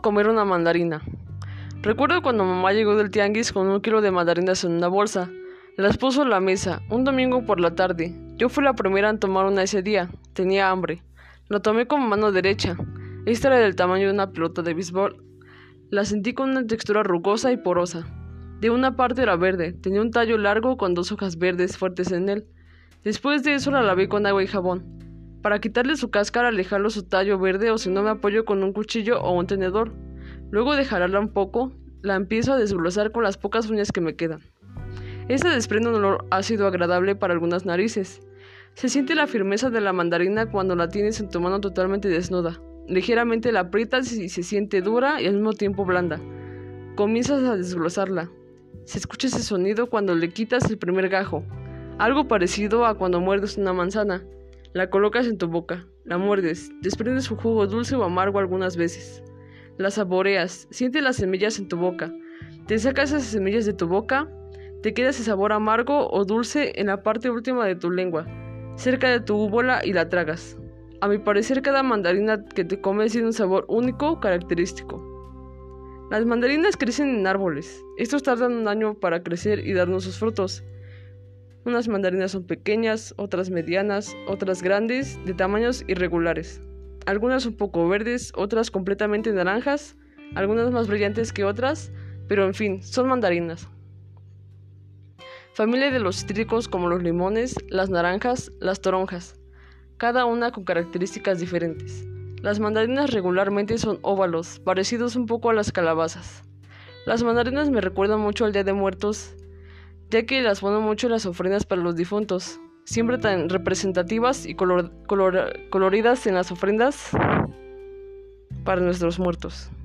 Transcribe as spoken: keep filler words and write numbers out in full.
comer una mandarina. Recuerdo cuando mamá llegó del tianguis con un kilo de mandarinas en una bolsa. Las puso en la mesa, un domingo por la tarde. Yo fui la primera en tomar una ese día. Tenía hambre. La tomé con mano derecha. Esta era del tamaño de una pelota de béisbol. La sentí con una textura rugosa y porosa. De una parte era verde, tenía un tallo largo con dos hojas verdes fuertes en él. Después de eso la lavé con agua y jabón. Para quitarle su cáscara, alejarlo su tallo verde, o si no me apoyo con un cuchillo o un tenedor. Luego de jalarla un poco, la empiezo a desglosar con las pocas uñas que me quedan. Esta desprende un olor ácido agradable para algunas narices. Se siente la firmeza de la mandarina cuando la tienes en tu mano totalmente desnuda. Ligeramente la aprietas y se siente dura y al mismo tiempo blanda. Comienzas a desglosarla. Se escucha ese sonido cuando le quitas el primer gajo, algo parecido a cuando muerdes una manzana. La colocas en tu boca, la muerdes, desprendes su jugo dulce o amargo algunas veces. La saboreas, sientes las semillas en tu boca. Te sacas esas semillas de tu boca, te queda ese sabor amargo o dulce en la parte última de tu lengua, cerca de tu úvula, y la tragas. A mi parecer, cada mandarina que te comes tiene un sabor único, característico. Las mandarinas crecen en árboles. Estos tardan un año para crecer y darnos sus frutos. Unas mandarinas son pequeñas, otras medianas, otras grandes, de tamaños irregulares. Algunas un poco verdes, otras completamente naranjas, algunas más brillantes que otras, pero en fin, son mandarinas. Familia de los cítricos como los limones, las naranjas, las toronjas, cada una con características diferentes. Las mandarinas regularmente son óvalos, parecidos un poco a las calabazas. Las mandarinas me recuerdan mucho al Día de Muertos, ya que las ponen mucho en las ofrendas para los difuntos, siempre tan representativas y color, color, coloridas en las ofrendas para nuestros muertos.